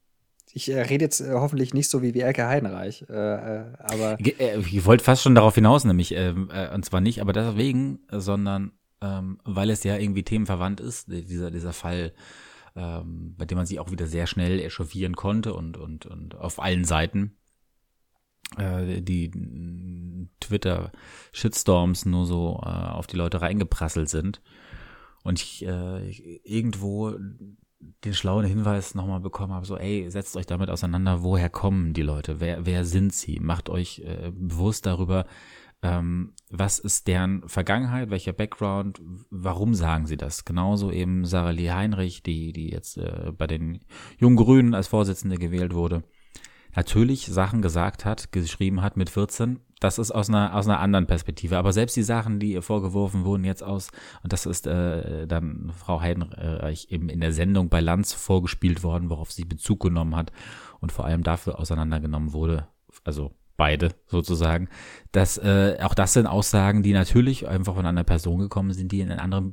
ich rede jetzt hoffentlich nicht so wie Elke Heidenreich, aber Ich wollte fast schon darauf hinaus, nämlich, und zwar nicht, aber deswegen, sondern weil es ja irgendwie themenverwandt ist, dieser Fall, bei dem man sich auch wieder sehr schnell echauffieren konnte und auf allen Seiten die Twitter-Shitstorms nur so auf die Leute reingeprasselt sind. Und ich irgendwo den schlauen Hinweis nochmal bekommen habe, so, ey, setzt euch damit auseinander, woher kommen die Leute, wer sind sie, macht euch bewusst darüber, was ist deren Vergangenheit, welcher Background, warum sagen sie das? Genauso eben Sarah Lee Heinrich, die jetzt bei den Jungen Grünen als Vorsitzende gewählt wurde, natürlich Sachen gesagt hat, geschrieben hat mit 14, das ist aus einer anderen Perspektive. Aber selbst die Sachen, die ihr vorgeworfen wurden jetzt und das ist dann Frau Heidenreich eben in der Sendung bei Lanz vorgespielt worden, worauf sie Bezug genommen hat und vor allem dafür auseinandergenommen wurde, also beide sozusagen, dass auch das sind Aussagen, die natürlich einfach von einer Person gekommen sind, die einen anderen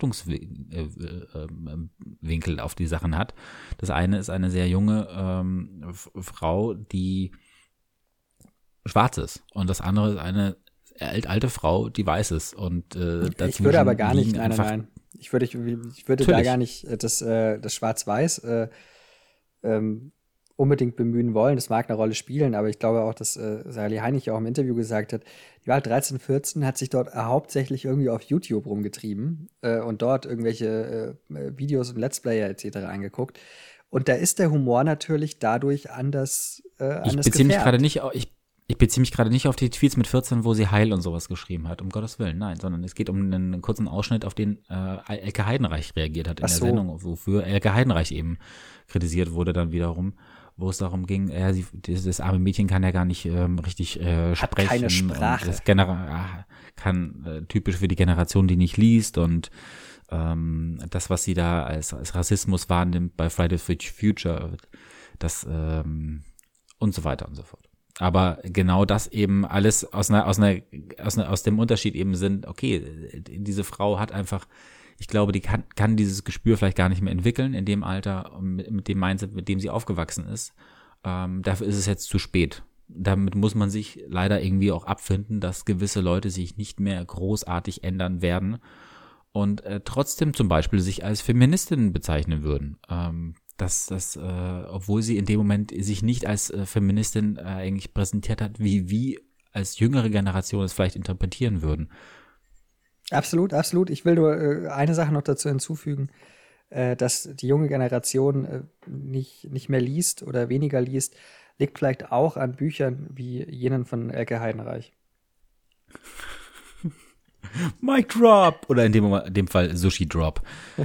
Betrachtungswinkel auf die Sachen hat. Das eine ist eine sehr junge Frau, die schwarz ist, und das andere ist eine alte Frau, die weiß ist. Und ich würde aber gar nicht, nein. Ich würde da gar nicht das Schwarz-Weiß unbedingt bemühen wollen. Das mag eine Rolle spielen, aber ich glaube auch, dass Sarah Lee Heinrich auch im Interview gesagt hat, die war halt 13, 14, hat sich dort hauptsächlich irgendwie auf YouTube rumgetrieben und dort irgendwelche Videos und Let's Player etc. angeguckt. Und da ist der Humor natürlich dadurch anders Ich beziehe mich gerade nicht auf die Tweets mit 14, wo sie Heil und sowas geschrieben hat, um Gottes Willen, nein, sondern es geht um einen kurzen Ausschnitt, auf den Elke Heidenreich reagiert hat in der Sendung, wofür Elke Heidenreich eben kritisiert wurde dann wiederum, wo es darum ging, das arme Mädchen kann ja gar nicht richtig sprechen. Hat keine Sprache. Das kann typisch für die Generation, die nicht liest, und das, was sie da als Rassismus wahrnimmt bei Fridays for Future, das und so weiter und so fort. Aber genau das eben alles aus dem Unterschied eben sind, okay, diese Frau hat einfach, ich glaube, die kann dieses Gespür vielleicht gar nicht mehr entwickeln in dem Alter, mit dem Mindset, mit dem sie aufgewachsen ist. Dafür ist es jetzt zu spät. Damit muss man sich leider irgendwie auch abfinden, dass gewisse Leute sich nicht mehr großartig ändern werden und trotzdem zum Beispiel sich als Feministinnen bezeichnen würden. Obwohl sie in dem Moment sich nicht als Feministin eigentlich präsentiert hat, wie als jüngere Generation es vielleicht interpretieren würden. Absolut, absolut. Ich will nur eine Sache noch dazu hinzufügen, dass die junge Generation nicht mehr liest oder weniger liest, liegt vielleicht auch an Büchern wie jenen von Elke Heidenreich. Mic Drop! Oder in dem Fall Sushi Drop.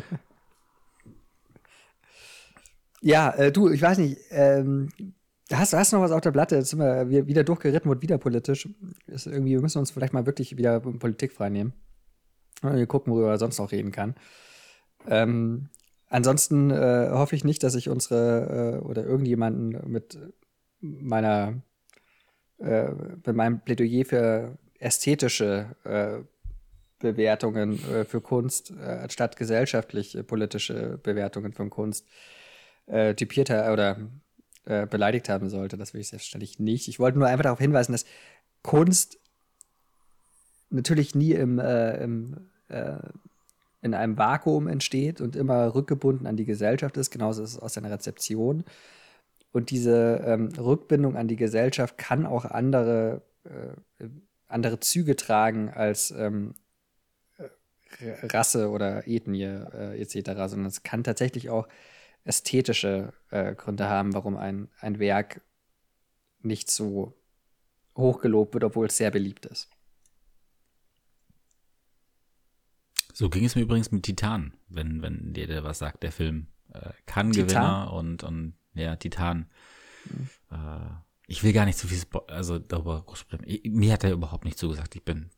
Ja, du, ich weiß nicht, hast noch was auf der Platte? Jetzt sind wir wieder durchgeritten und wieder politisch. Wir müssen uns vielleicht mal wirklich wieder Politik freinehmen. Wir gucken, worüber er sonst noch reden kann. Ansonsten hoffe ich nicht, dass ich unsere oder irgendjemanden mit meinem Plädoyer für ästhetische Bewertungen für Kunst anstatt gesellschaftlich politische Bewertungen von Kunst typiert oder beleidigt haben sollte. Das will ich selbstverständlich nicht. Ich wollte nur einfach darauf hinweisen, dass Kunst natürlich nie in einem Vakuum entsteht und immer rückgebunden an die Gesellschaft ist. Genauso ist es aus einer Rezeption. Und diese Rückbindung an die Gesellschaft kann auch andere Züge tragen als Rasse oder Ethnie etc., sondern es kann tatsächlich auch ästhetische Gründe haben, warum ein Werk nicht so hochgelobt wird, obwohl es sehr beliebt ist. So ging es mir übrigens mit Titan, wenn dir was sagt, der Film. Cannes-Gewinner und ja, Titan. Ich will gar nicht zu viel darüber sprechen. Mir hat er überhaupt nicht zugesagt. Ich bin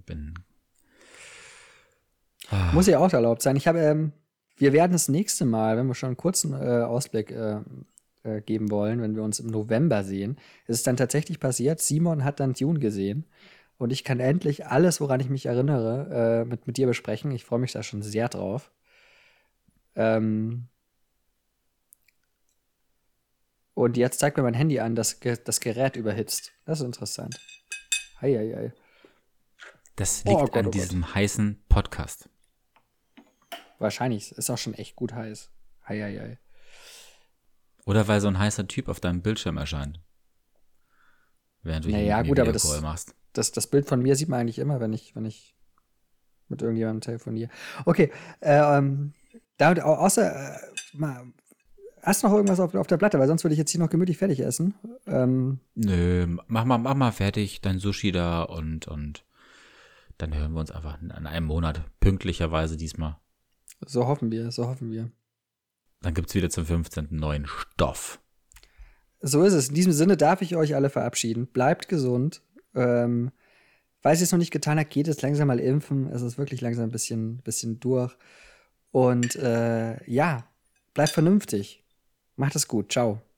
Muss ja auch erlaubt sein. Wir werden das nächste Mal, wenn wir schon einen kurzen Ausblick geben wollen, wenn wir uns im November sehen, ist es dann tatsächlich passiert. Simon hat dann Dune gesehen. Und ich kann endlich alles, woran ich mich erinnere, mit dir besprechen. Ich freue mich da schon sehr drauf. Und Und jetzt zeigt mir mein Handy an, dass das Gerät überhitzt. Das ist interessant. Heieiei. Das liegt an diesem heißen Podcast. Wahrscheinlich. Ist auch schon echt gut heiß. Heieiei. Oder weil so ein heißer Typ auf deinem Bildschirm erscheint. Während du hier gut, aber Videocall machst. Das Bild von mir sieht man eigentlich immer, wenn ich mit irgendjemandem telefoniere. Okay, hast du noch irgendwas auf der Platte? Weil sonst würde ich jetzt hier noch gemütlich fertig essen. Nö, mach mal fertig, dein Sushi da und dann hören wir uns einfach in einem Monat, pünktlicherweise diesmal. So hoffen wir. Dann gibt's wieder zum 15. neuen Stoff. So ist es. In diesem Sinne darf ich euch alle verabschieden. Bleibt gesund. Falls ihr es noch nicht getan habt, geht es langsam mal impfen. Es ist wirklich langsam ein bisschen durch. Und bleibt vernünftig. Macht es gut. Ciao.